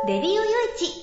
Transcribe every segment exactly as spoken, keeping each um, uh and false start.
レディオよいち。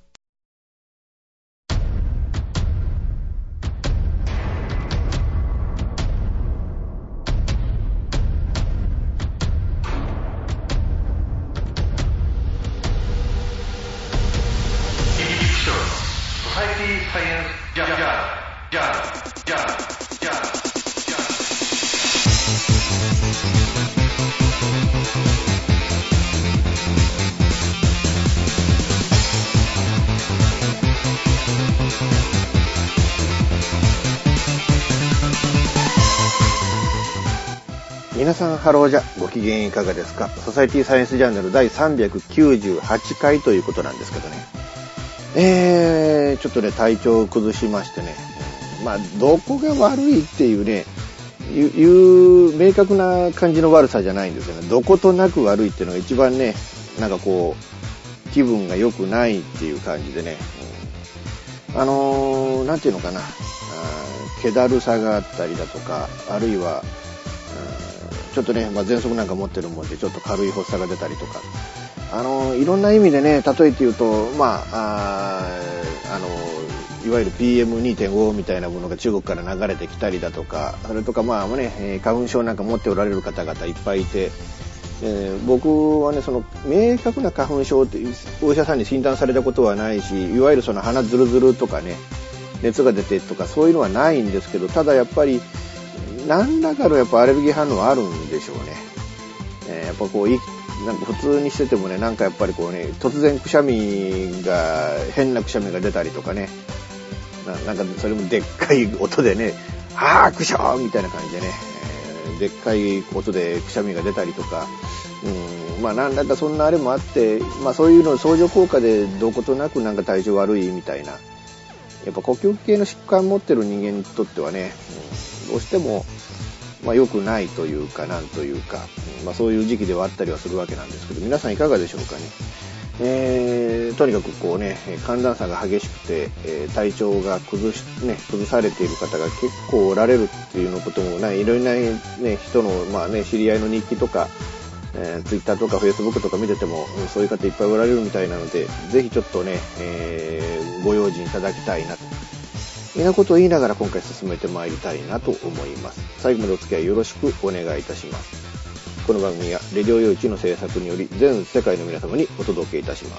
皆さんハローじゃ、ご機嫌いかがですか。ソサエティサイエンスジャーナル第さんびゃくきゅうじゅうはちかいということなんですけどね、えー、ちょっとね体調を崩しましてね、まあどこが悪いっていうねいう、いう明確な感じの悪さじゃないんですよね。どことなく悪いっていうのが一番ね、なんかこう気分が良くないっていう感じでね、うん、あのー、なんていうのかな、あ気だるさがあったりだとか、あるいはちょっとね、まあ、喘息なんか持ってるもんでちょっと軽い発作が出たりとか、あのいろんな意味でね、例えて言うと、まあ、あ, あのいわゆる ピーエムにてんご みたいなものが中国から流れてきたりだとか、それとかまあね、花粉症なんか持っておられる方々いっぱいいて、えー、僕はね、その明確な花粉症ってお医者さんに診断されたことはないし、いわゆるその鼻ズルズルとかね、熱が出てとかそういうのはないんですけど、ただやっぱり何らかのやっぱアレルギー反応はあるんでしょうね。えー、やっぱこういなんか普通にしててもね、なんかやっぱりこうね、突然くしゃみが変なくしゃみが出たりとかね、な, なんかそれもでっかい音でね、あーくしゃーみたいな感じでね、えー、でっかい音でくしゃみが出たりとか、うん、まあなんだかそんなあれもあって、まあそういうの相乗効果でどことなくなんか体調悪いみたいな、やっぱ呼吸器系の疾患持ってる人間にとってはね、うん、どうしてもまあ良くないというかなんというか、まあそういう時期ではあったりはするわけなんですけど、皆さんいかがでしょうかね。えー、とにかくこうね、寒暖差が激しくて、えー、体調が崩し、ね、崩されている方が結構おられるっていうのこともない、いろいろな、ね、人の、まあね、知り合いの日記とか、えー、ツイッターとかフェイスブックとか見てても、うん、そういう方いっぱいおられるみたいなので、ぜひちょっとね、えー、ご用心いただきたいなと。そんなことを言いながら今回進めてまいりたいなと思います。最後までお付き合いよろしくお願いいたします。この番組はレディオよいちの制作により全世界の皆様にお届けいたします。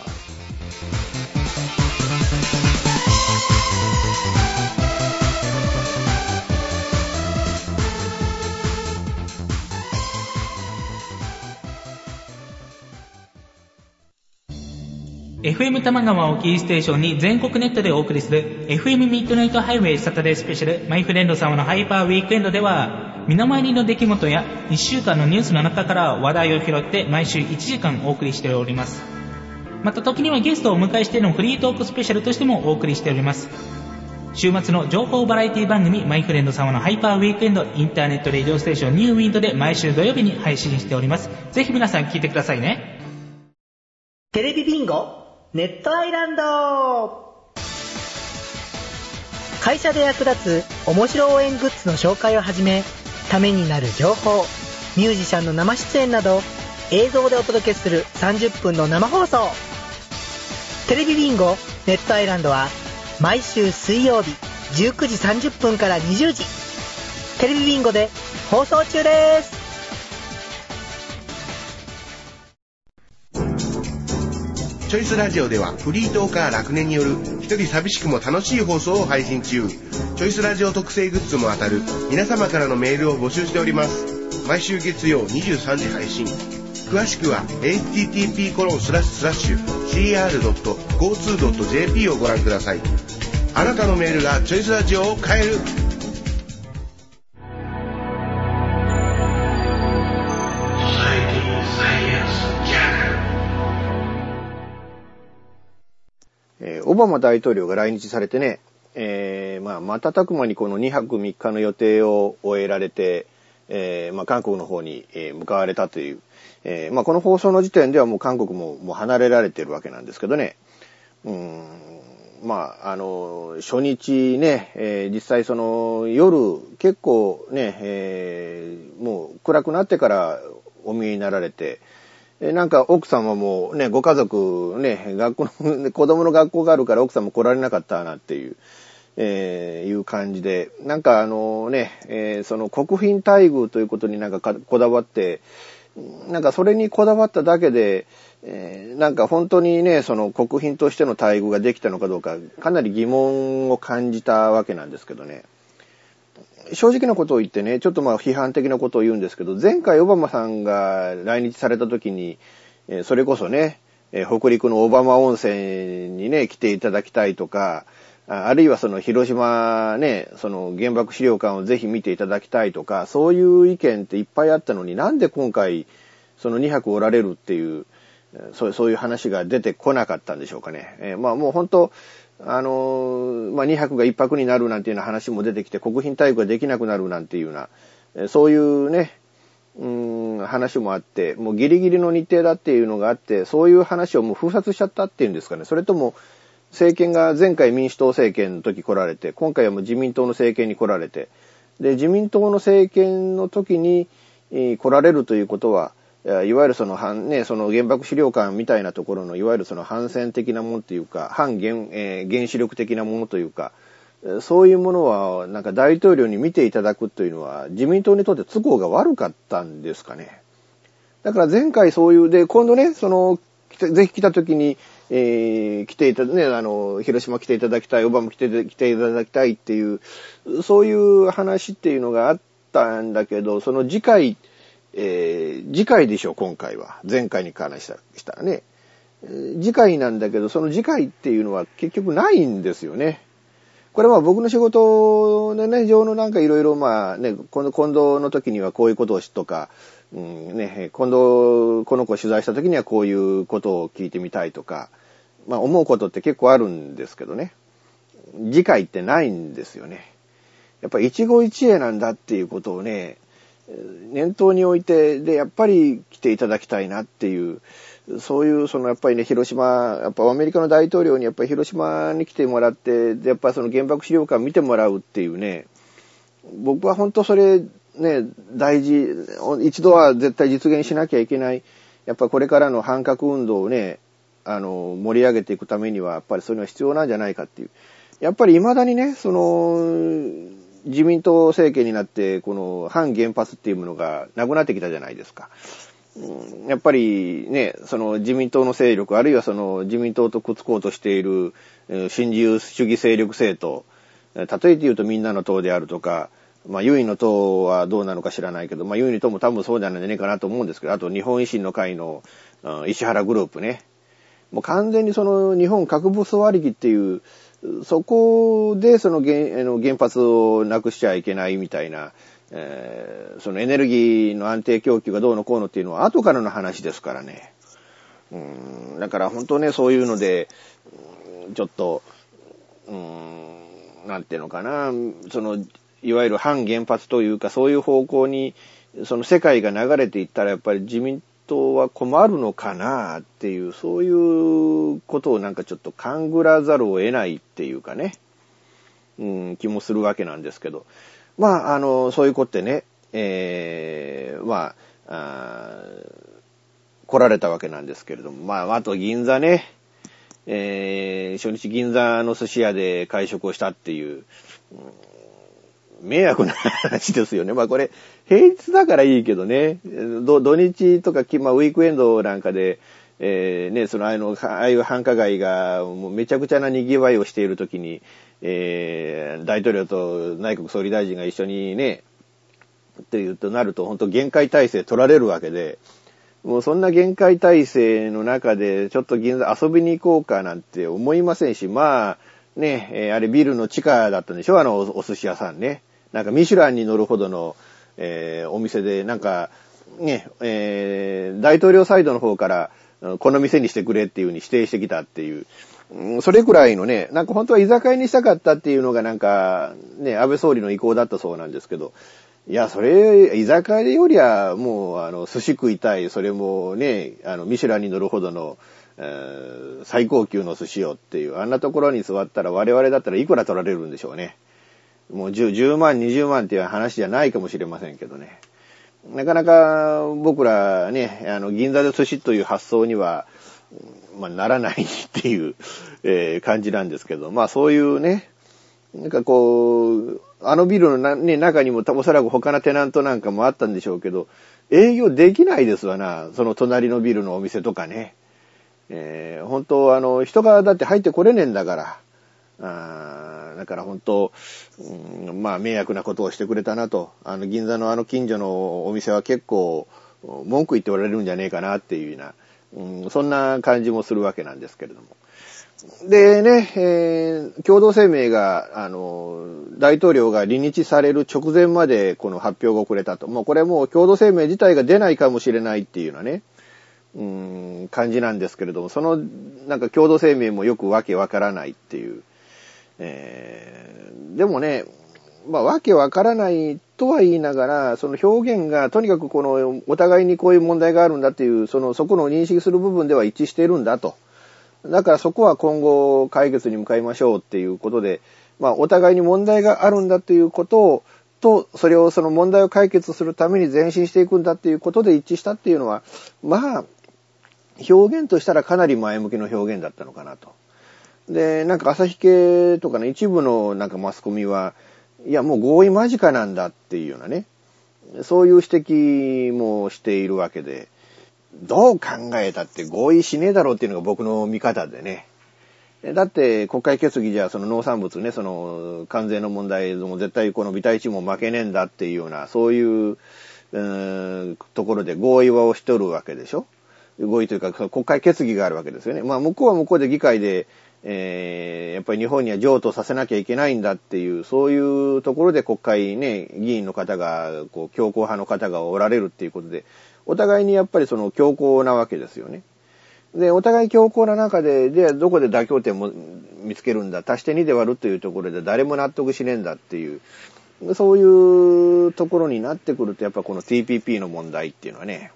エフエム 多摩川をキーステーションに全国ネットでお送りする エフエム ミッドナイトハイウェイサタデースペシャルマイフレンド様のハイパーウィークエンドでは、身の回りの出来事やいっしゅうかんのニュースの中から話題を拾って毎週いちじかんお送りしております。また時にはゲストをお迎えしてのフリートークスペシャルとしてもお送りしております。週末の情報バラエティ番組マイフレンド様のハイパーウィークエンド、インターネットレディオステーションニューウィンドで毎週土曜日に配信しております。ぜひ皆さん聞いてくださいね。 テレビビンゴネットアイランド。会社で役立つ面白応援グッズの紹介をはじめ、ためになる情報、ミュージシャンの生出演など映像でお届けするさんじゅっぷんの生放送。テレビビンゴネットアイランドは毎週水曜日じゅうくじさんじゅっぷんからにじゅうじ、テレビビンゴで放送中です。 チョイスラジオではフリートーカー楽年による一人寂しくも楽しい放送を配信中。チョイスラジオ特製グッズも当たる皆様からのメールを募集しております。毎週月曜にじゅうさんじ配信。詳しくは エイチティーティーピーコロンスラッシュスラッシュシーアールドットゴーツードットジェーピー をご覧ください。あなたのメールがチョイスラジオを変える。 オバマ大統領が来日されてね、えー、まあ、瞬く間にこのにはくみっかの予定を終えられて、えー、まあ、韓国の方に向かわれたという、えー、まあ、この放送の時点ではもう韓国ももう離れられているわけなんですけどね、うーん、まあ、あの、初日ね、えー、実際その夜結構ね、えー、もう暗くなってからお見えになられて、 えなんか奥様もね、ご家族ね、学校の、子供の学校があるから奥さんも来られなかったなっていう、えー、いう感じで、なんかあのね、えー、その国賓待遇ということになんかこだわって、なんかそれにこだわっただけで、えー、なんか本当にね、その国賓としての待遇ができたのかどうか、かなり疑問を感じたわけなんですけどね。正直なことを言ってね、ちょっとまあ批判的なことを言うんですけど、前回オバマさんが来日された時に、えー、それこそね、えー、北陸のオバマ温泉にね、来ていただきたいとか、あるいはその広島ね、その原爆資料館をぜひ見ていただきたいとか、そういう意見っていっぱいあったのに、なんで今回そのにはくおられるっていう、そうそういう話が出てこなかったんでしょうかね。えー、まあもう本当、あのー、まあにはくがいっぱくになるなんていうような話も出てきて、国賓待遇ができなくなるなんていうような、えー、そういうね、うーん、話もあって、もうギリギリの日程だっていうのがあって、そういう話をもう封殺しちゃったっていうんですかね。それとも、政権が前回民主党政権の時来られて、今回はもう自民党の政権に来られて、で、自民党の政権の時に、えー、来られるということは、いわゆるその反、ね、その原爆資料館みたいなところの、いわゆるその反戦的なものというか、反原、えー、原子力的なものというか、そういうものは、なんか大統領に見ていただくというのは、自民党にとって都合が悪かったんですかね。だから前回そういう、で、今度ね、その、ぜひ来た時に、えー、来ていただ、ね、あの、広島来ていただきたい、オバマ来て、来ていただきたいっていう、そういう話っていうのがあったんだけど、その次回、えー、次回でしょ、今回は。前回に関したしたらね。次回なんだけど、その次回っていうのは結局ないんですよね。これは僕の仕事でね、上のなんかいろいろまあね、今度、今度の時にはこういうことをしとか、うんね、今度この子を取材した時にはこういうことを聞いてみたいとか、まあ思うことって結構あるんですけどね。次回ってないんですよね。やっぱり一期一会なんだっていうことをね、念頭に置いて、で、やっぱり来ていただきたいなっていう、そういう、そのやっぱりね、広島、やっぱアメリカの大統領にやっぱり広島に来てもらって、で、やっぱりその原爆資料館見てもらうっていうね、僕は本当それね、大事、一度は絶対実現しなきゃいけない、やっぱりこれからの反核運動をね、あの、盛り上げていくためには、やっぱりそういうのは必要なんじゃないかっていう。やっぱり未だにね、その、自民党政権になって、この反原発っていうものがなくなってきたじゃないですか。うん、やっぱりね、その自民党の勢力、あるいはその自民党とくっつこうとしている新自由主義勢力政党、例えて言うとみんなの党であるとか、まあ、優位の党はどうなのか知らないけど、まあ、優位の党も多分そうじゃないかなと思うんですけど、あと日本維新の会の、うん、石原グループね。もう完全にその日本核武装ありきっていう、そこでその 原, あの原発をなくしちゃいけないみたいな、えー、そのエネルギーの安定供給がどうのこうのっていうのは後からの話ですからね。うん、だから本当ね、そういうので、ちょっと、うん、なんていうのかな、その、いわゆる反原発というか、そういう方向に、その世界が流れていったら、やっぱり自民党は困るのかなっていう、そういうことをなんかちょっと勘ぐらざるを得ないっていうかね、うん、気もするわけなんですけど。まあ、あの、そういうことでね、えー、まあ、あ来られたわけなんですけれども、まあ、あと銀座ね、えー、初日銀座の寿司屋で会食をしたっていう、うん、迷惑な話ですよね。まあこれ、平日だからいいけどね、土日とか、まあウィークエンドなんかで、えー、ね、そのあの、ああいう繁華街がもうめちゃくちゃな賑わいをしているときに、えー、大統領と内閣総理大臣が一緒にね、っていうとなると本当厳戒態勢取られるわけで、もうそんな厳戒態勢の中でちょっと銀座遊びに行こうかなんて思いませんし、まあね、えー、あれビルの地下だったんでしょ、あの お, お寿司屋さんね。なんかミシュランに乗るほどの、えー、お店で、なんかね、えー、大統領サイドの方からこの店にしてくれっていう風に指定してきたっていう、それくらいのね、なんか本当は居酒屋にしたかったっていうのがなんかね、安倍総理の意向だったそうなんですけど、いや、それ、居酒屋よりはもう、あの、寿司食いたい、それもね、あの、ミシュランに乗るほどの、えー、最高級の寿司をっていう、あんなところに座ったら我々だったらいくら取られるんでしょうね。もう 10, じゅうまん、にじゅうまんっていう話じゃないかもしれませんけどね。 なかなか僕らね、あの、銀座で寿司という発想には、まあ、ならないっていう、えー、感じなんですけど、まあそういうね、なんかこう、あのビルのな、ね、中にもおそらく他のテナントなんかもあったんでしょうけど、営業できないですわな、その隣のビルのお店とかね。えー、本当あの、人がだって入ってこれねえんだから、あだから本当、うん、まあ迷惑なことをしてくれたなと、あの銀座のあの近所のお店は結構文句言っておられるんじゃねえかなっていうような、うん、そんな感じもするわけなんですけれども。でね、えー、共同声明が、あの、大統領が離日される直前までこの発表が遅れたと。もうこれもう共同声明自体が出ないかもしれないっていうようなね、うーん、感じなんですけれども、その、なんか共同声明もよくわけわからないっていう。えー、でもね、まあわけわからないとは言いながら、その表現がとにかくこのお互いにこういう問題があるんだっていう、そのそこの認識する部分では一致しているんだと。だからそこは今後解決に向かいましょうっていうことで、まあお互いに問題があるんだっていうことを、と、それをその問題を解決するために前進していくんだっていうことで一致したっていうのは、まあ、表現としたらかなり前向きの表現だったのかなと。で、なんか朝日系とかの一部のなんかマスコミは、いやもう合意間近なんだっていうようなね、そういう指摘もしているわけで、どう考えたって合意しねえだろうっていうのが僕の見方でね。だって国会決議じゃその農産物ね、その関税の問題も絶対この微対地も負けねえんだっていうような、そういう、うーん、ところで合意はをしとるわけでしょ。合意というか国会決議があるわけですよね。まあ向こうは向こうで議会で、えー、やっぱり日本には譲渡させなきゃいけないんだっていう、そういうところで国会ね、議員の方が、こう強硬派の方がおられるっていうことで、お互いにやっぱりその強硬なわけですよね。で、お互い強硬な中で、で、どこで妥協点も見つけるんだ、足してにで割るというところで誰も納得しねえんだっていう、そういうところになってくると、やっぱこの ティーピーピー の問題っていうのはね、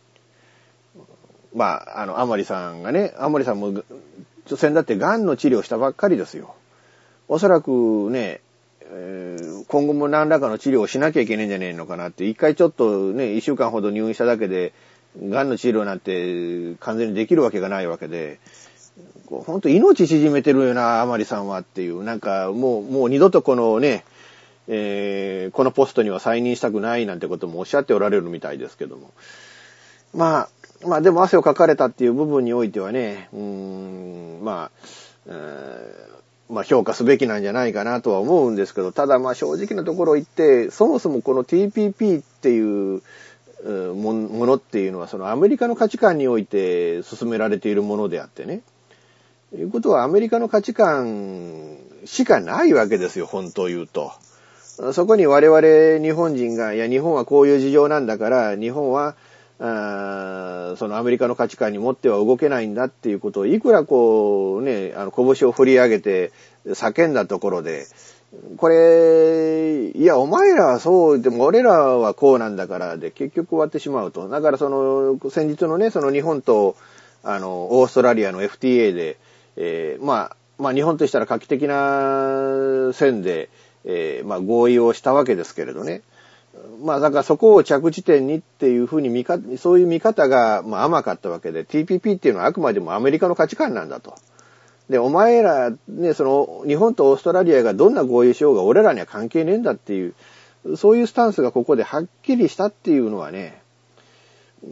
まあ、あの、甘利さんがね、甘利さんも、先だって癌の治療したばっかりですよ。おそらくね、えー、今後も何らかの治療をしなきゃいけないんじゃねえのかなって、一回ちょっとね、一週間ほど入院しただけで、癌の治療なんて完全にできるわけがないわけで、ほんと命縮めてるよな、甘利さんはっていう、なんかもう、もう二度とこのね、えー、このポストには再任したくないなんてこともおっしゃっておられるみたいですけども。まあ、まあでも汗をかかれたっていう部分においてはね、うーん、まあ、えー、まあ評価すべきなんじゃないかなとは思うんですけど、ただまあ正直なところ言って、そもそもこの ティーピーピー っていうものっていうのはそのアメリカの価値観において進められているものであってね。ということはアメリカの価値観しかないわけですよ、本当を言うと。そこに我々日本人が、いや日本はこういう事情なんだから、日本はあそのアメリカの価値観に持っては動けないんだっていうことをいくらこうね、あの拳を振り上げて叫んだところで、これ、いやお前らはそう、でも俺らはこうなんだからで結局終わってしまうと。だからその先日のね、その日本とあのオーストラリアの エフティーエー で、えー、まあまあ日本としたら画期的な線で、えー、まあ合意をしたわけですけれどね。まあだからそこを着地点にっていうふうに見か、そういう見方がまあ甘かったわけで、 ティーピーピー っていうのはあくまでもアメリカの価値観なんだと。で、お前らね、その日本とオーストラリアがどんな合意しようが俺らには関係ねえんだっていう、そういうスタンスがここではっきりしたっていうのはね、うん、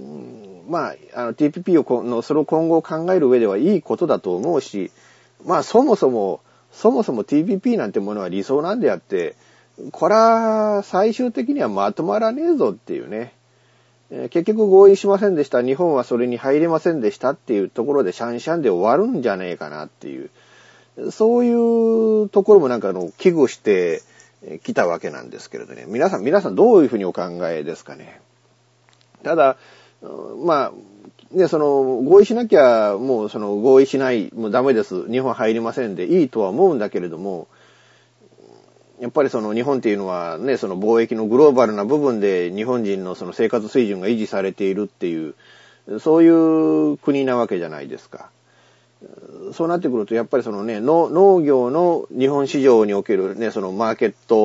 まあ、あの ティーピーピー をこの、それを今後考える上ではいいことだと思うし、まあそもそも、そもそも ティーピーピー なんてものは理想なんであって、これは最終的にはまとまらねえぞっていうね。えー、結局合意しませんでした。日本はそれに入れませんでしたっていうところでシャンシャンで終わるんじゃねえかなっていう。そういうところもなんかの危惧してきたわけなんですけれどね。皆さん、皆さんどういうふうにお考えですかね。ただ、まあ、ね、その合意しなきゃもうその合意しない、もうダメです。日本入りませんでいいとは思うんだけれども、やっぱりその日本っていうのはね、その貿易のグローバルな部分で日本人のその生活水準が維持されているっていう、そういう国なわけじゃないですか。そうなってくるとやっぱりそのね、農業の日本市場におけるね、そのマーケット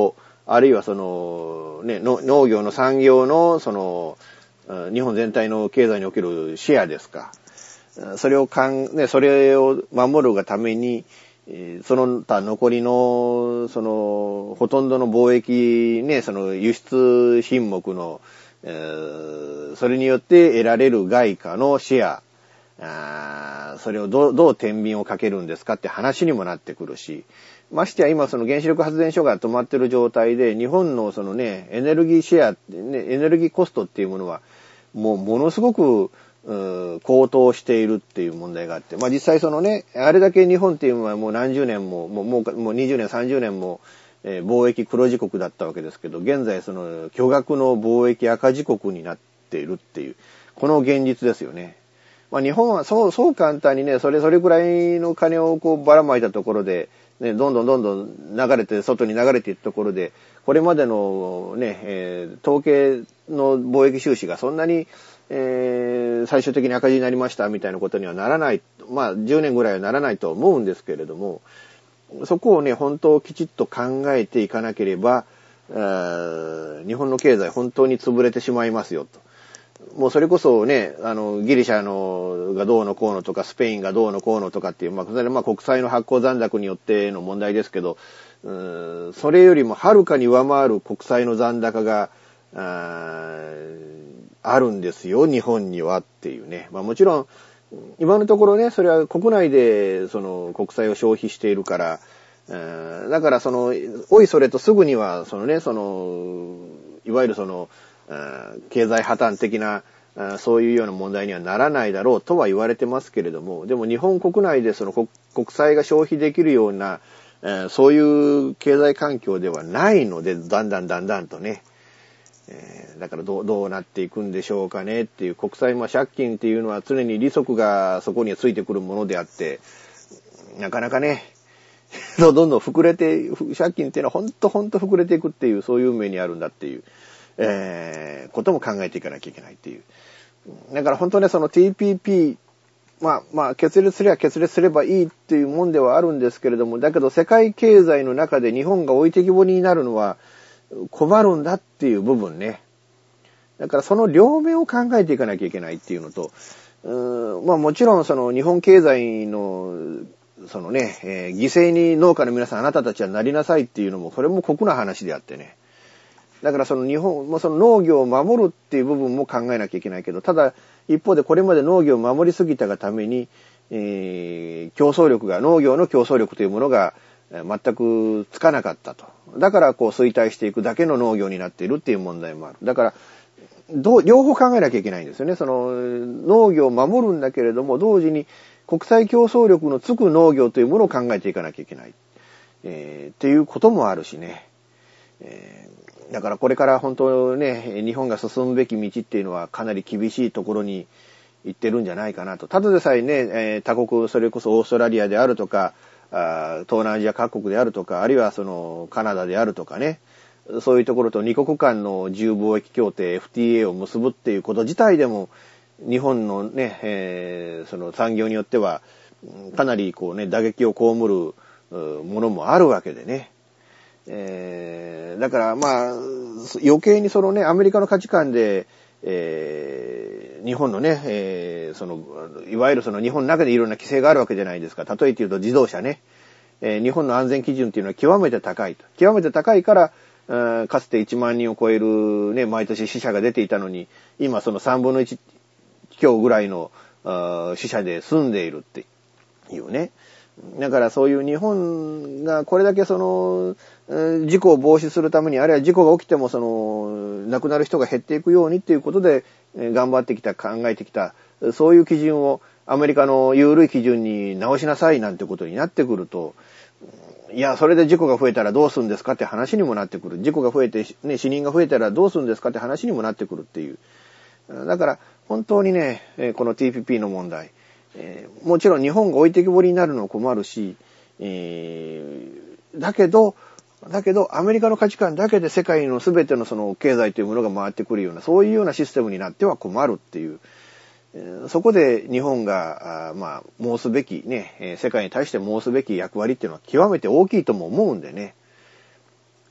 あるいはその、ね、の農業の産業のその、日本全体の経済におけるシェアですか。それをかん、ね、それを守るがために、その他残りの、その、ほとんどの貿易、ね、その輸出品目の、えー、それによって得られる外貨のシェア、あそれをどう、どう天秤をかけるんですかって話にもなってくるし、ましてや今その原子力発電所が止まってる状態で、日本のそのね、エネルギーシェア、ね、エネルギーコストっていうものは、もうものすごく、高騰しているっていう問題があって、まあ実際そのね、あれだけ日本っていうのはもう何十年も、もう、もう、もうにじゅうねん、さんじゅうねんも、えー、貿易黒字国だったわけですけど、現在その巨額の貿易赤字国になっているっていう、この現実ですよね。まあ日本はそう、そう簡単にね、それ、それくらいの金をこうばらまいたところで、ね、どんどんどんどん流れて、外に流れていったところで、これまでのね、えー、統計の貿易収支がそんなに、えー、最終的に赤字になりましたみたいなことにはならない。まあ、じゅうねんぐらいはならないと思うんですけれども、そこをね、本当きちっと考えていかなければ、日本の経済本当に潰れてしまいますよと。もうそれこそね、あの、ギリシャのがどうのこうのとか、スペインがどうのこうのとかっていう、まあ、それまあ国債の発行残高によっての問題ですけど、うーんそれよりもはるかに上回る国債の残高が、ああるんですよ、日本にはっていうね。まあもちろん、今のところね、それは国内でその国債を消費しているから、だからその、おいそれとすぐには、そのね、その、いわゆるその、経済破綻的な、そういうような問題にはならないだろうとは言われてますけれども、でも日本国内でその国債が消費できるような、そういう経済環境ではないので、だんだんだんだんとね、えー、だからどう、どうなっていくんでしょうかねっていう、国債、まあ借金っていうのは常に利息がそこにはついてくるものであって、なかなかね、どんどん膨れて、借金っていうのはほんとほんと膨れていくっていう、そういう運命にあるんだっていう、えー、ことも考えていかなきゃいけないっていう。だから本当ね、その ティーピーピー、まあまあ決裂すれば決裂すればいいっていうもんではあるんですけれども、だけど世界経済の中で日本が置いてきぼりになるのは、困るんだっていう部分ね。だからその両面を考えていかなきゃいけないっていうのと、うーんまあもちろんその日本経済のそのね、えー、犠牲に農家の皆さんあなたたちはなりなさいっていうのも、それも酷な話であってね。だからその日本もその農業を守るっていう部分も考えなきゃいけないけど、ただ一方でこれまで農業を守りすぎたがために、えー、競争力が、農業の競争力というものが全くつかなかったと。だからこう衰退していくだけの農業になっているっていう問題もある。だから、どう、両方考えなきゃいけないんですよね。その、農業を守るんだけれども、同時に国際競争力のつく農業というものを考えていかなきゃいけない。えー、っていうこともあるしね。えー、だからこれから本当ね、日本が進むべき道っていうのはかなり厳しいところに行ってるんじゃないかなと。ただでさえね、えー、他国、それこそオーストラリアであるとか、東南アジア各国であるとか、あるいはそのカナダであるとかね、そういうところと二国間の自由貿易協定 エフティーエー を結ぶっていうこと自体でも、日本のね、えー、その産業によってはかなりこうね、打撃を被るものもあるわけでね。えー、だからまあ余計にそのね、アメリカの価値観で、えー、日本のね、えー、そのいわゆるその日本の中でいろんな規制があるわけじゃないですか。例えて言うと自動車ね、えー、日本の安全基準っていうのは極めて高いと。極めて高いから、かつていちまんにんを超えるね、毎年死者が出ていたのに、今そのさんぶんのいち強ぐらいの死者で済んでいるっていうね。だからそういう日本がこれだけその事故を防止するために、あるいは事故が起きてもその亡くなる人が減っていくようにっていうことで頑張ってきた、考えてきた、そういう基準をアメリカの緩い基準に直しなさいなんてことになってくると、いや、それで事故が増えたらどうするんですかって話にもなってくる。事故が増えて、ね、死人が増えたらどうするんですかって話にもなってくるっていう。だから本当にね、この ティーピーピー の問題、えー、もちろん日本が置いてきぼりになるのは困るし、えー、だけど、だけどアメリカの価値観だけで世界の全てのその経済というものが回ってくるような、そういうようなシステムになっては困るっていう、えー、そこで日本が、あまあ、申すべきね、世界に対して申すべき役割っていうのは極めて大きいとも思うんでね。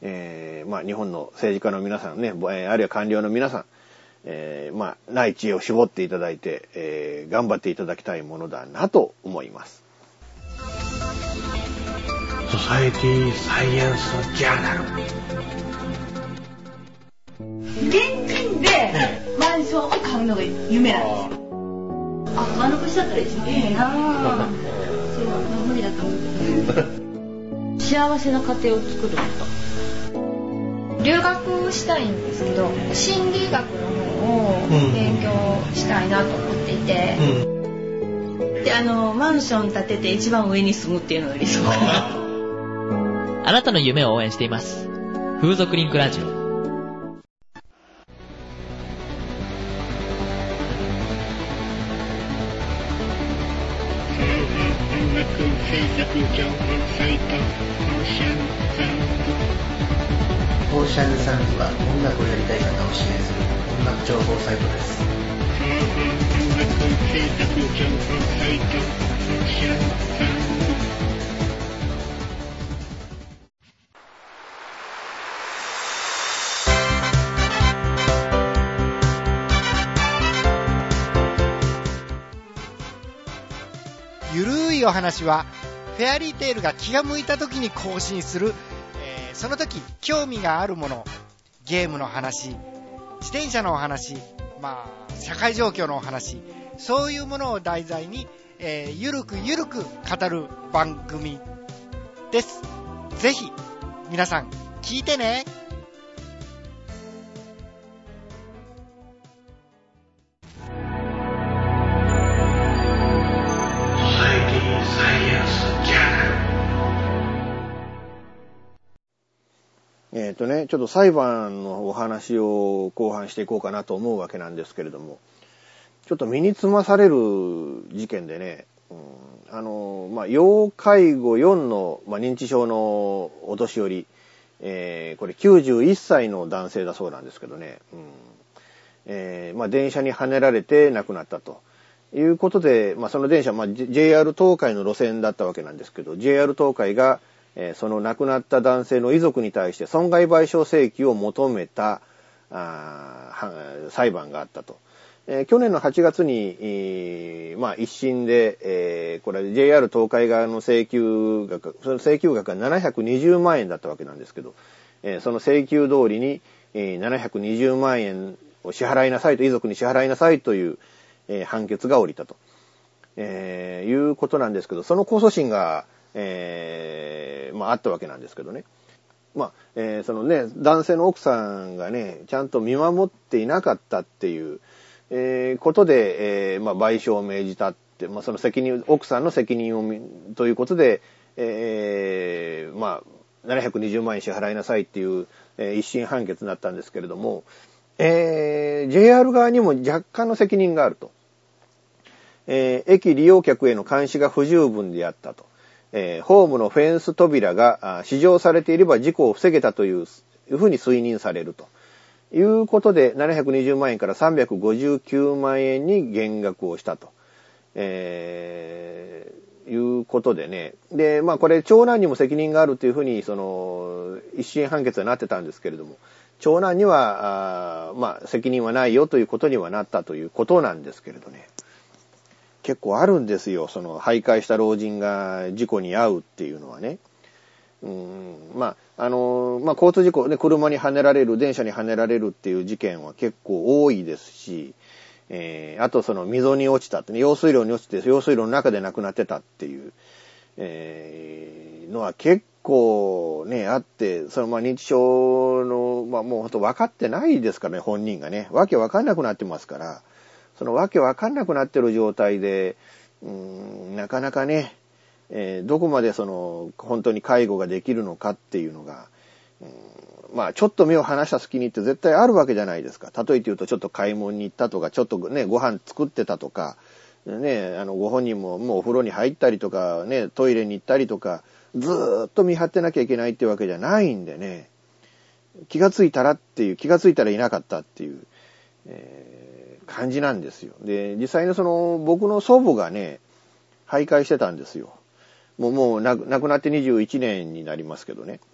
えー、まあ日本の政治家の皆さんね、あるいは官僚の皆さん、えー、まあない知恵を絞っていただいて、えー、頑張っていただきたいものだなと思います。ソサエティサイエンスジャーナル。 現金でマンションを買うのが夢なんですよ。あ、丸腰だったら一番いいなぁ。それは無理だと思う。幸せな家庭を作ること。留学したいんですけど、心理学の方を勉強したいなと思っていて、うん、であのマンション建てて一番上に住むっていうのが理想かな。 あなたの夢を応援しています。風俗リンクラジオ。 制作情報サイトオーシャンサウンド。オーシャンサウンドは音楽をやりたい方を支援する音楽情報サイトです。音楽制作情報サイトオーシャンサウンド。 ゆるいお話はフェアリーテールが気が向いた時に更新する、えー、その時興味があるもの、ゲームの話、自転車のお話、まあ社会状況のお話、そういうものを題材に、えー、ゆるくゆるく語る番組です。ぜひ皆さん聞いてね。 えっとね、ちょっと裁判のお話を後半していこうかなと思うわけなんですけれども、ちょっと身につまされる事件でね、うん、あの、まあ、要介護よんの、まあ、認知症のお年寄り、えー、これきゅうじゅういっさいの男性だそうなんですけどね、うんえーまあ、電車にはねられて亡くなったということで、まあ、その電車、まあ、ジェイアール 東海の路線だったわけなんですけど、ジェイアール 東海がえー、その亡くなった男性の遺族に対して損害賠償請求を求めたあ裁判があったと。えー、去年のはちがつに、えー、まあ一審で、えー、これ ジェイアール 東海側の請求額、その請求額がななひゃくにじゅうまんえんだったわけなんですけど、えー、その請求通りに、えー、ななひゃくにじゅうまんえんを支払いなさいと、遺族に支払いなさいという、えー、判決が下りたと、えー、いうことなんですけど、その控訴審がえー、まああったわけなんですけどね。まあ、えー、そのね、男性の奥さんがね、ちゃんと見守っていなかったっていう、えー、ことで、えー、まあ賠償を命じたって、まあその責任、奥さんの責任を、ということで、えー、まあ、ななひゃくにじゅうまんえん支払いなさいっていう、えー、一審判決になったんですけれども、えー、ジェイアール 側にも若干の責任があると。えー、駅利用客への監視が不十分であったと。えー、ホームのフェンス扉が施錠されていれば事故を防げたというふうに推認されるということで、ななひゃくにじゅうまんえんからさんびゃくごじゅうきゅうまんえんに減額をしたと、えー、いうことでね。で、まあこれ長男にも責任があるというふうにその一審判決はなってたんですけれども、長男にはあまあ責任はないよということにはなったということなんですけれどね。結構あるんですよ。その徘徊した老人が事故に遭うっていうのはね。うん、まあ、あの、まあ、交通事故ね、車にはねられる、電車にはねられるっていう事件は結構多いですし、えー、あとその溝に落ちたってね、用水路に落ちて、用水路の中で亡くなってたっていう、えー、のは結構ね、あって、そのまあ認知症の、まあもうほんと分かってないですからね、本人がね。わけ分かんなくなってますから。そのわけわかんなくなってる状態で、うーん、なかなかね、えー、どこまでその本当に介護ができるのかっていうのが、うん、まあちょっと目を離した隙にって絶対あるわけじゃないですか。例えて言うとちょっと買い物に行ったとか、ちょっとね、ご飯作ってたとか、ね、あのご本人ももうお風呂に入ったりとか、ね、トイレに行ったりとか、ずーっと見張ってなきゃいけないってわけじゃないんでね、気がついたらっていう、気がついたらいなかったっていう、えー感じなんですよ。で、実際にその僕の祖母がね、徘徊してたんですよ。もうもう亡くなってにじゅういちねんになりますけどね。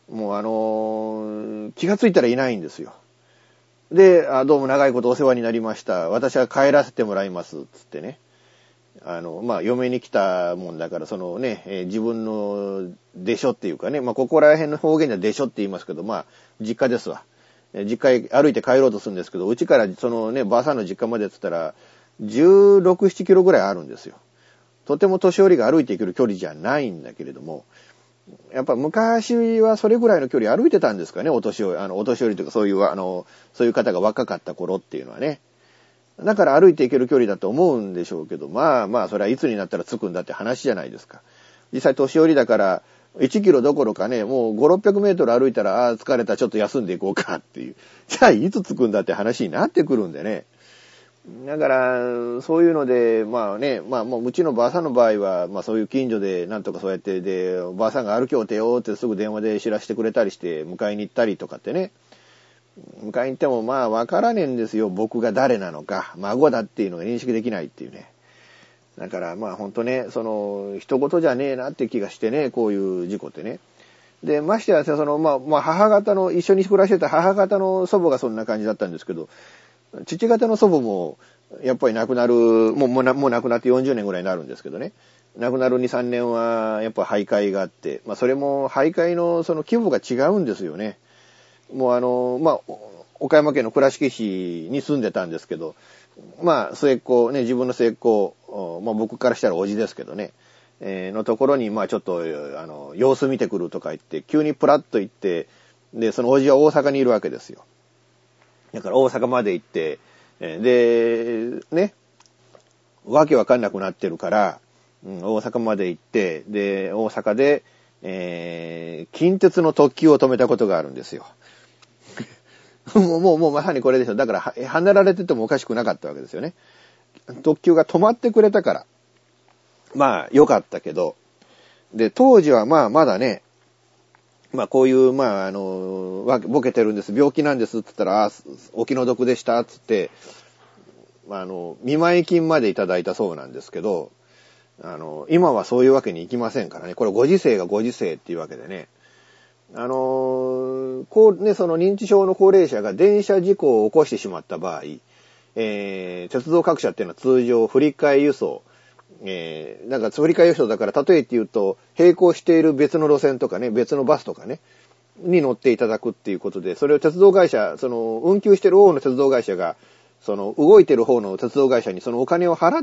もうあのー、気がついたらいないんですよ。で、あ、どうも長いことお世話になりました。私は帰らせてもらいます。つってね。あの、まあ、嫁に来たもんだから、そのね、えー、自分のでしょっていうかね、まあ、ここら辺の方言ではでしょって言いますけど、まあ、実家ですわ。実家へ歩いて帰ろうとするんですけど、うちからそのね、ばあさんの実家までって言ったら、じゅうろく、ななキロぐらいあるんですよ。とても年寄りが歩いていける距離じゃないんだけれども、やっぱ昔はそれぐらいの距離歩いてたんですかね、お年寄り、あの、お年寄りというかそういう、あの、そういう方が若かった頃っていうのはね。だから歩いていける距離だと思うんでしょうけど、まあまあ、それはいつになったら着くんだって話じゃないですか。実際年寄りだから、いちキロどころかね、もうご、ろっぴゃくメートル歩いたら、ああ、疲れた、ちょっと休んでいこうかっていう。じゃあ、いつ着くんだって話になってくるんでね。だから、そういうので、まあね、まあもううちのばあさんの場合は、まあそういう近所でなんとかそうやって、で、ばあさんが歩きょうてよってすぐ電話で知らせてくれたりして、迎えに行ったりとかってね。迎えに行ってもまあわからねえんですよ。僕が誰なのか、孫だっていうのが認識できないっていうね。だからまあほんとね、その、一言じゃねえなって気がしてね、こういう事故ってね。で、ましてや、その、まあ、まあ母方の、一緒に暮らしてた母方の祖母がそんな感じだったんですけど、父方の祖母も、やっぱり亡くなる、もう、もうな、もう亡くなってよんじゅうねんぐらいになるんですけどね。亡くなるに、さんねんは、やっぱ徘徊があって、まあそれも徘徊のその規模が違うんですよね。もうあの、まあ、岡山県の倉敷市に住んでたんですけど、まあ、末っ子、ね、自分の末っ子、まあ僕からしたらおじですけどね、えー、のところに、まあちょっと、あの、様子見てくるとか言って、急にプラッと行って、で、そのおじは大阪にいるわけですよ。だから大阪まで行って、で、ね、わけわかんなくなってるから、うん、大阪まで行って、で、大阪で、えー、近鉄の特急を止めたことがあるんですよ。もう、もう、もうまさにこれでしょ。だから、離られててもおかしくなかったわけですよね。特急が止まってくれたから。まあ、良かったけど。で、当時はまあ、まだね、まあ、こういう、まあ、あの、ボケてるんです、病気なんですって言ったら、あ、お気の毒でした、つって、あの、見舞い金までいただいたそうなんですけど、あの、今はそういうわけにいきませんからね。これご時世がご時世っていうわけでね。あの、こうね、その認知症の高齢者が電車事故を起こしてしまった場合、えー、鉄道各社っていうのは通常振り替え輸送、えー、なんか振り替え輸送だから、例えて言うと、並行している別の路線とかね、別のバスとかね、に乗っていただくっていうことで、それを鉄道会社、その、運休してる方の鉄道会社が、その、動いてる方の鉄道会社にそのお金を払って、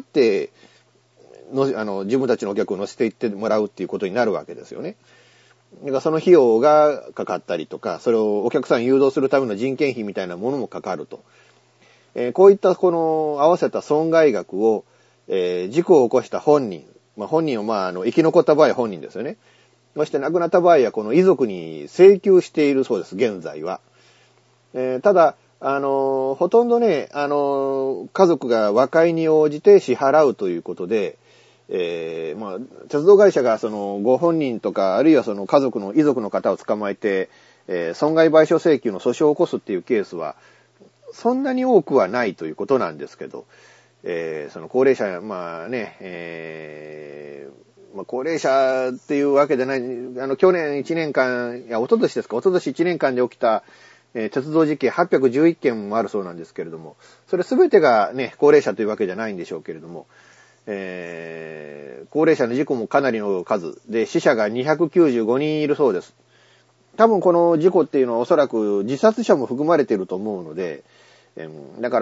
の、あの、自分たちのお客を乗せていってもらうっていうことになるわけですよね。だからその費用がかかったりとか、それをお客さん誘導するための人件費みたいなものもかかると。えー、こういったこの合わせた損害額を、えー、事故を起こした本人、まあ、本人をまあ、あの、生き残った場合は本人ですよね。そして亡くなった場合はこの遺族に請求しているそうです、現在は。えー、ただ、あのー、ほとんどね、あのー、家族が和解に応じて支払うということで、えー、まあ、鉄道会社がそのご本人とか、あるいはその家族の遺族の方を捕まえて、えー、損害賠償請求の訴訟を起こすっていうケースは、そんなに多くはないということなんですけど、えー、その高齢者、まあね、えー、まあ、高齢者っていうわけでない、あの、去年いちねんかん、いや、一昨年ですか、一昨年いちねんかんで起きた、えー、鉄道事件はっぴゃくじゅういっけんもあるそうなんですけれども、それすべてがね、高齢者というわけじゃないんでしょうけれども、えー、高齢者の事故もかなりの数で、死者がにひゃくきゅうじゅうごにんいるそうです。多分この事故っていうのはおそらく自殺者も含まれていると思うので、えー、だから、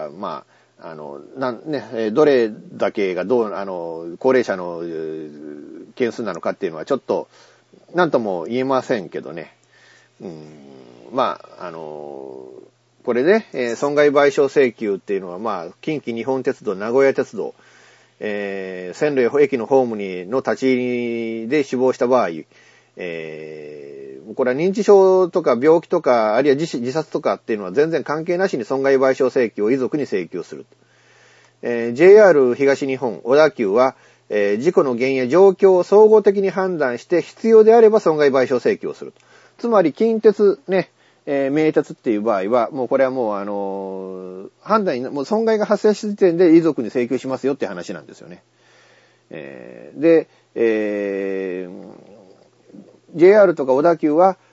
まあ、あの、なんね、どれだけがどう、あの、高齢者の件数なのかっていうのはちょっと、なんとも言えませんけどね。うん、まあ、あの、これね、えー、損害賠償請求っていうのは、まあ、近畿日本鉄道、名古屋鉄道、えー、線路や駅のホームにの立ち入りで死亡した場合、えー、これは認知症とか病気とか、あるいは自, 自殺とかっていうのは全然関係なしに損害賠償請求を遺族に請求する。えー、ジェイアール 東日本、小田急は、えー、事故の原因や状況を総合的に判断して必要であれば損害賠償請求をすると。つまり近鉄ね、えー、名鉄っていう場合は、もうこれはもうあのー、判断に、もう損害が発生した時点で遺族に請求しますよって話なんですよね。えー、で、えー、ジェイアール とか小田急は、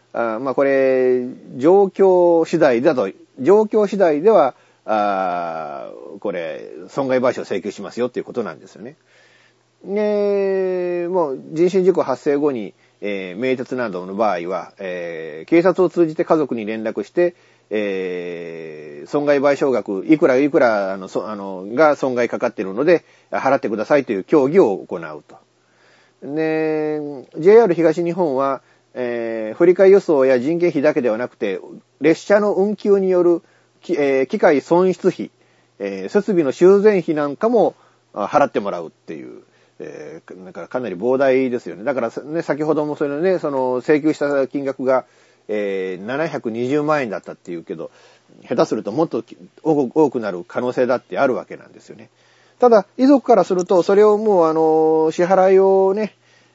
あまあこれ、状況次第だと、状況次第では、あこれ、損害賠償請求しますよっていうことなんですよね。で、もう人身事故発生後に、えー、名鉄などの場合は、えー、警察を通じて家族に連絡して、えー、損害賠償額、いくらいくら、あの、そあの、が損害かかっているので、払ってくださいという協議を行うと。で、ジェイアール 東日本は、えー、振り替え輸送や人件費だけではなくて、列車の運休による、えー、機械損失費、えー、設備の修繕費なんかも払ってもらうっていう、えー、だからかなり膨大ですよね。だからね、先ほどもそれね、その請求した金額が、えー、ななひゃくにじゅうまんえんだったっていうけど、下手するともっと多くなる可能性だってあるわけなんですよね。ただ、遺族からすると、それをもう、あの、支払いをね、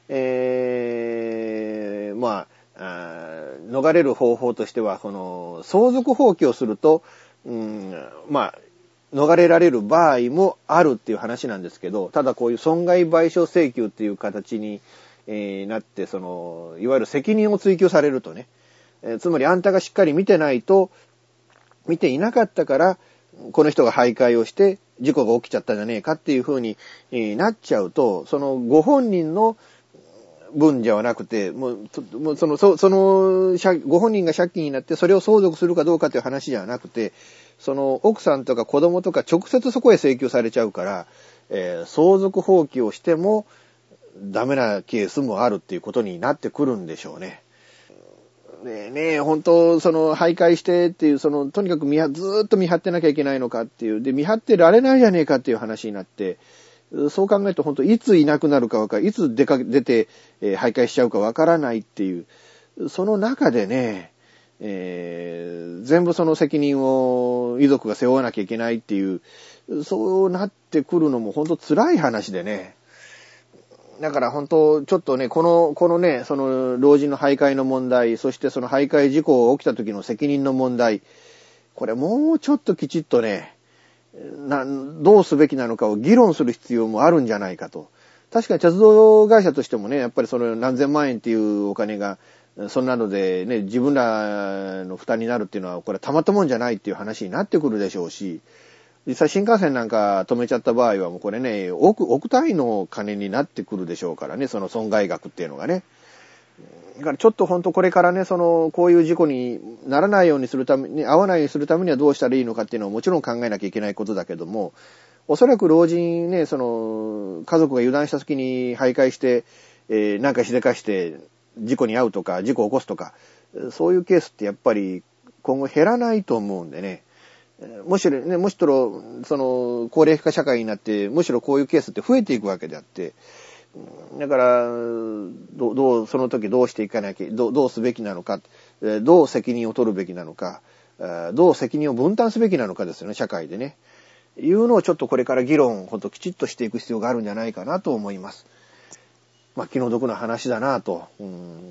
えー、まあ、あ逃れる方法としては、この、相続放棄をすると、うん、まあ、逃れられる場合もあるっていう話なんですけど、ただこういう損害賠償請求っていう形に、えー、なって、その、いわゆる責任を追及されるとね、えー、つまりあんたがしっかり見てないと、見ていなかったから、この人が徘徊をして事故が起きちゃったんじゃねえかっていう風に、えー、なっちゃうと、そのご本人の分じゃなくて、もう、もうその、そ, その、ご本人が借金になってそれを相続するかどうかという話じゃなくて、その奥さんとか子供とか直接そこへ請求されちゃうから、えー、相続放棄をしてもダメなケースもあるっていうことになってくるんでしょうね。ねえ、ねえ、本当、その、徘徊してっていう、その、とにかく見は、ずーっと見張ってなきゃいけないのかっていう、で、見張ってられないじゃねえかっていう話になって、そう考えると本当、いついなくなるかわかる、いつ出かけ、出て、えー、徘徊しちゃうかわからないっていう、その中でね、えー、全部その責任を遺族が背負わなきゃいけないっていう、そうなってくるのも本当辛い話でね。だから本当、ちょっとね、この、このね、その老人の徘徊の問題、そしてその徘徊事故が起きた時の責任の問題、これもうちょっときちっとね、な、どうすべきなのかを議論する必要もあるんじゃないかと。確かに鉄道会社としてもね、やっぱりその何千万円っていうお金が、そんなのでね、自分らの負担になるっていうのは、これたまったもんじゃないっていう話になってくるでしょうし、実際新幹線なんか止めちゃった場合はもうこれね、億、億単位の金になってくるでしょうからね、その損害額っていうのがね。だからちょっと本当これからね、その、こういう事故にならないようにするために、合わないようにするためにはどうしたらいいのかっていうのはもちろん考えなきゃいけないことだけども、おそらく老人ね、その、家族が油断した時に徘徊して、えー、なんかしでかして事故に遭うとか、事故を起こすとか、そういうケースってやっぱり今後減らないと思うんでね、むしろね、むしろ、その、高齢化社会になって、むしろこういうケースって増えていくわけであって、だから、どう、どうその時どうしていかなきゃ、どう、どうすべきなのか、どう責任を取るべきなのか、どう責任を分担すべきなのかですよね、社会でね。いうのをちょっとこれから議論、ほんときちっとしていく必要があるんじゃないかなと思います。まあ、気の毒な話だなと、うん、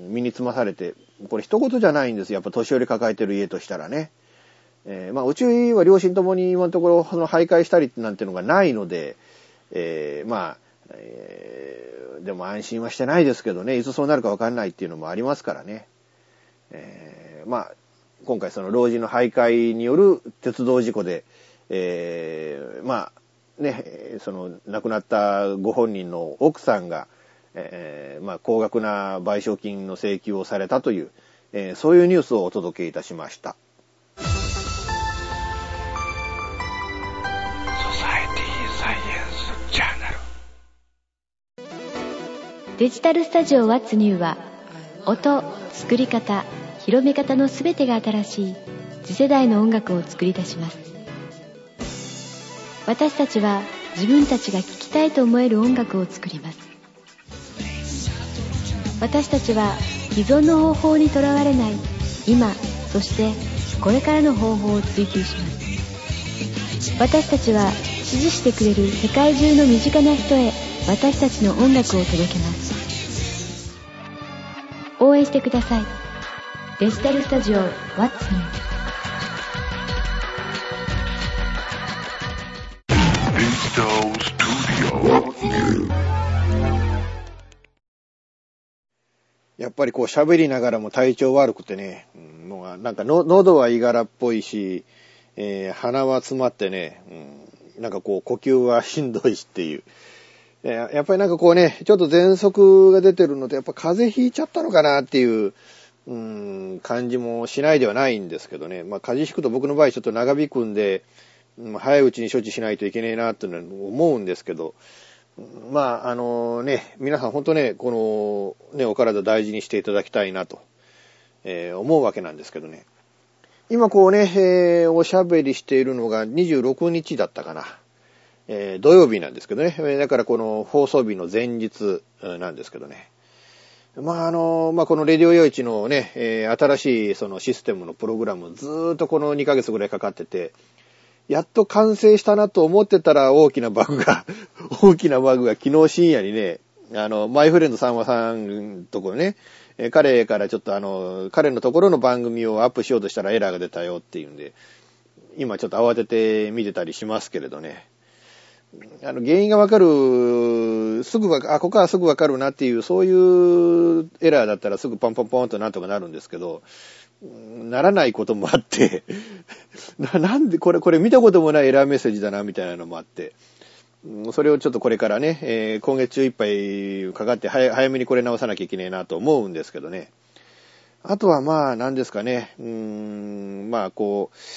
身につまされて、これ一言じゃないんですよ。やっぱ年寄り抱えてる家としたらね。えー、まあ、うちは両親ともに今のところ、その徘徊したりなんていうのがないので、えー、まあ、えー、でも安心はしてないですけどね、いつそうなるかわかんないっていうのもありますからね。えー、まあ、今回その老人の徘徊による鉄道事故で、えー、まあ、ね、その亡くなったご本人の奥さんが、えー、まあ、高額な賠償金の請求をされたという、えー、そういうニュースをお届けいたしました。 デジタルスタジオ What's New は音、作り方、広め方のすべてが新しい次世代の音楽を作り出します。私たちは自分たちが聴きたいと思える音楽を作ります。私たちは既存の方法にとらわれない今、そしてこれからの方法を追求します。私たちは支持してくれる世界中の身近な人へ私たちの音楽を届けます。応援してください。デジタルスタジオ What's New。 いやっぱりこう喋りながらも体調悪くてね、うん、もうなんかの喉はいがらっぽいし、えー、鼻は詰まってね、うん、なんかこう呼吸はしんどいしっていう。やっぱりなんかこうね、ちょっと喘息が出てるので、やっぱ風邪ひいちゃったのかなっていう、うーん、感じもしないではないんですけどね。まあ風邪ひくと僕の場合ちょっと長引くんで、早いうちに処置しないといけないなっていうのは思うんですけど、まああのね、皆さん本当ね、このね、お体大事にしていただきたいなと、えー、思うわけなんですけどね。今こうね、えー、おしゃべりしているのがにじゅうろくにちだったかな。えー、土曜日なんですけどね。だからこの放送日の前日なんですけどね。まああの、まあこのレディオよいちのね、えー、新しいそのシステムのプログラムずーっとこのにかげつぐらいかかってて、やっと完成したなと思ってたら大きなバグが、大きなバグが昨日深夜にね、あの、マイフレンドさんまさんのところね、えー、彼からちょっとあの、彼のところの番組をアップしようとしたらエラーが出たよっていうんで、今ちょっと慌てて見てたりしますけれどね。あの、原因がわかる、すぐわか、あ、ここはすぐわかるなっていう、そういうエラーだったらすぐポンポンポンとなんとかなるんですけど、ならないこともあって、な、なんでこれ、これ見たこともないエラーメッセージだな、みたいなのもあって、それをちょっとこれからね、えー、今月中いっぱいかかって早、早めにこれ直さなきゃいけないなと思うんですけどね。あとはまあ、何ですかね、うーん、まあこう、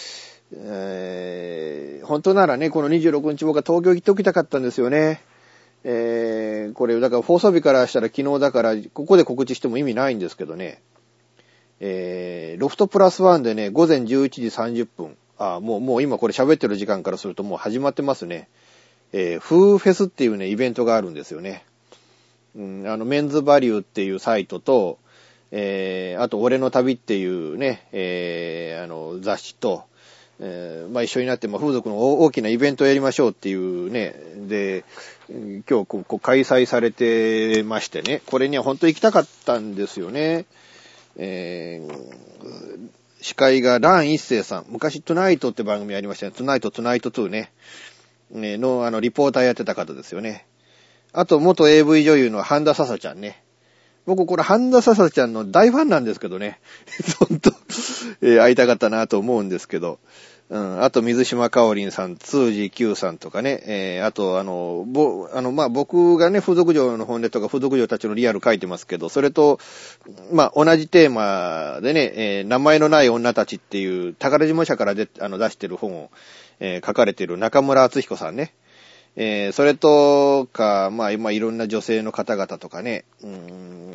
えー、本当ならね、このにじゅうろくにち僕は東京行っておきたかったんですよね。えー、これ、だから放送日からしたら昨日だから、ここで告知しても意味ないんですけどね。えー、ロフトプラスワンでね、午前じゅういちじさんじゅっぷん。あ、もう、もう今これ喋ってる時間からするともう始まってますね。えー、フーフェスっていうね、イベントがあるんですよね。うん、あの、メンズバリューっていうサイトと、えー、あと、俺の旅っていうね、えー、あの、雑誌と、えー、まあ一緒になって、まあ風俗の大きなイベントをやりましょうっていうね、で、今日こう開催されてましてね、これには本当行きたかったんですよね。えー、司会がラン一世さん、昔トゥナイトって番組ありましたね、トゥナイトトゥナイトトゥね、ねのあのリポーターやってた方ですよね。あと元 エーブイ 女優の半田笹ちゃんね。僕これ半田笹ちゃんの大ファンなんですけどね。本当、えー、会いたかったなと思うんですけど。うん、あと水島かおりんさん、通じ Q さんとかね、えー、あとあの、ぼ、あの、まあ、僕がね、風俗嬢の本音とか風俗嬢たちのリアル書いてますけど、それと、まあ、同じテーマでね、えー、名前のない女たちっていう宝島社からであの出してる本を、えー、書かれてる中村敦彦さんね。えー、それとか、まあ、今いろんな女性の方々とかね、うん、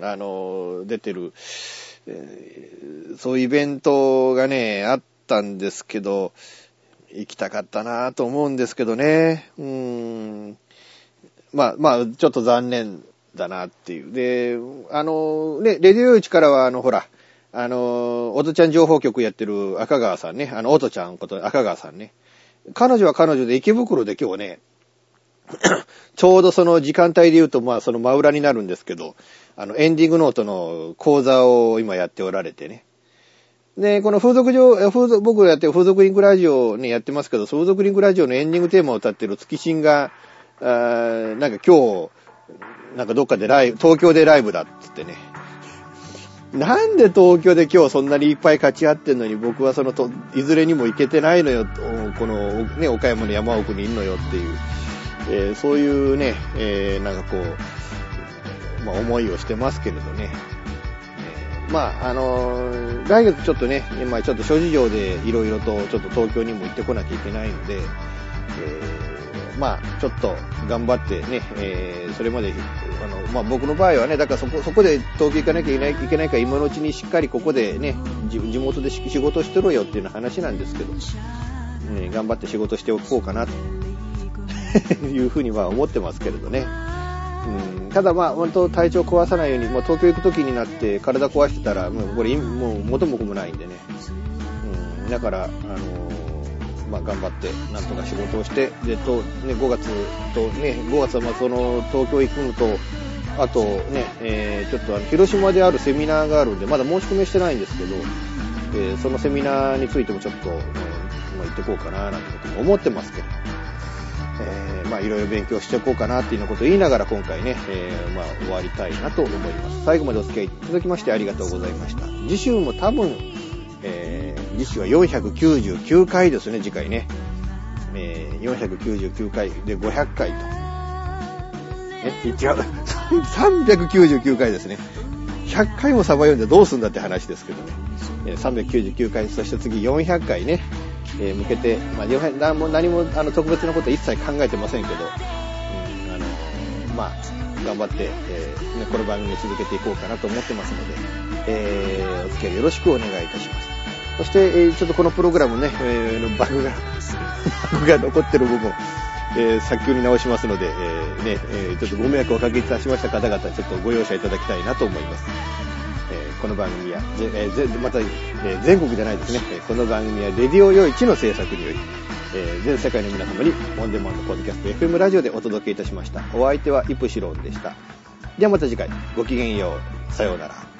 あの、出てる、えー、そういうイベントがね、あったんですけど、行きたかったなと思うんですけどね。うーん。まあ、まあ、ちょっと残念だなっていう。で、あの、ね、レディオイチからは、あの、ほら、あの、おとちゃん情報局やってる赤川さんね、あの、おとちゃんこと赤川さんね。彼女は彼女で池袋で今日ね、ちょうどその時間帯で言うと、まあ、その真裏になるんですけど、あの、エンディングノートの講座を今やっておられてね。で、この風俗上、風俗、僕がやってる風俗リンクラジオね、やってますけど、風俗リンクラジオのエンディングテーマを歌ってる月新が、あーなんか今日、なんかどっかでライブ、東京でライブだっつってね。なんで東京で今日そんなにいっぱい勝ち合ってんのに僕はそのと、いずれにも行けてないのよ、このね、岡山の山奥にいるのよっていう、えー、そういうね、えー、なんかこう、まあ思いをしてますけれどね。まあ、あのー、来月ちょっとね、今ちょっと諸事情でいろいろとちょっと東京にも行ってこなきゃいけないので、えー、まあ、ちょっと頑張ってね、えー、それまで、あの、まあ僕の場合はね、だからそこ、そこで東京行かなきゃいけない、いけないから今のうちにしっかりここでね、地元で仕事してろよっていう話なんですけど、ね、頑張って仕事しておこうかな、というふうには思ってますけれどね。うん、ただまあ本当体調壊さないように、もう東京行く時になって体壊してたらもうこれもう元も子もないんでね、うん、だからあのー、まあ頑張ってなんとか仕事をしてでとねごがつとねごがつはまあその東京行くのとあとね、えー、ちょっとあの広島であるセミナーがあるんでまだ申し込みしてないんですけど、えー、そのセミナーについてもちょっと、うん、まあ、行ってこうかななんてことも思ってますけど。 えー、まあいろいろ勉強しておこうかなっていうようなことを言いながら今回ね、えー、まあ終わりたいなと思います。最後までお付き合いいただきましてありがとうございました。次週も多分、えー、次週はよんひゃくきゅうじゅうきゅうかいですね、次回ね。えー、よんひゃくきゅうじゅうきゅうかいでごひゃっかいと。え、違う。さんびゃくきゅうじゅうきゅうかいですね。ひゃっかいもサバ読んでどうすんだって話ですけどね。えー、さんびゃくきゅうじゅうきゅうかい、そして次よんひゃっかいね、えー、向けて、まあ、何も、何もあの特別なことは一切考えてませんけど、うん、あの、まあ、頑張って、えーね、この番組を続けていこうかなと思ってますので、えー、お付き合いよろしくお願いいたします。そして、えー、ちょっとこのプログラムね、えー、バグが、バグが残ってる部分、えー、早急に直しますので、えーねえー、ちょっとご迷惑をおかけいたしました方々、ちょっとご容赦いただきたいなと思います。えー、この番組は、えー、また、えー、全国じゃないですね、この番組はレディオよいちの制作により、えー、全世界の皆様にオンデマンドポッドキャスト エフエム ラジオでお届けいたしました。お相手はイプシロンでした。ではまた次回、ごきげんよう。さようなら。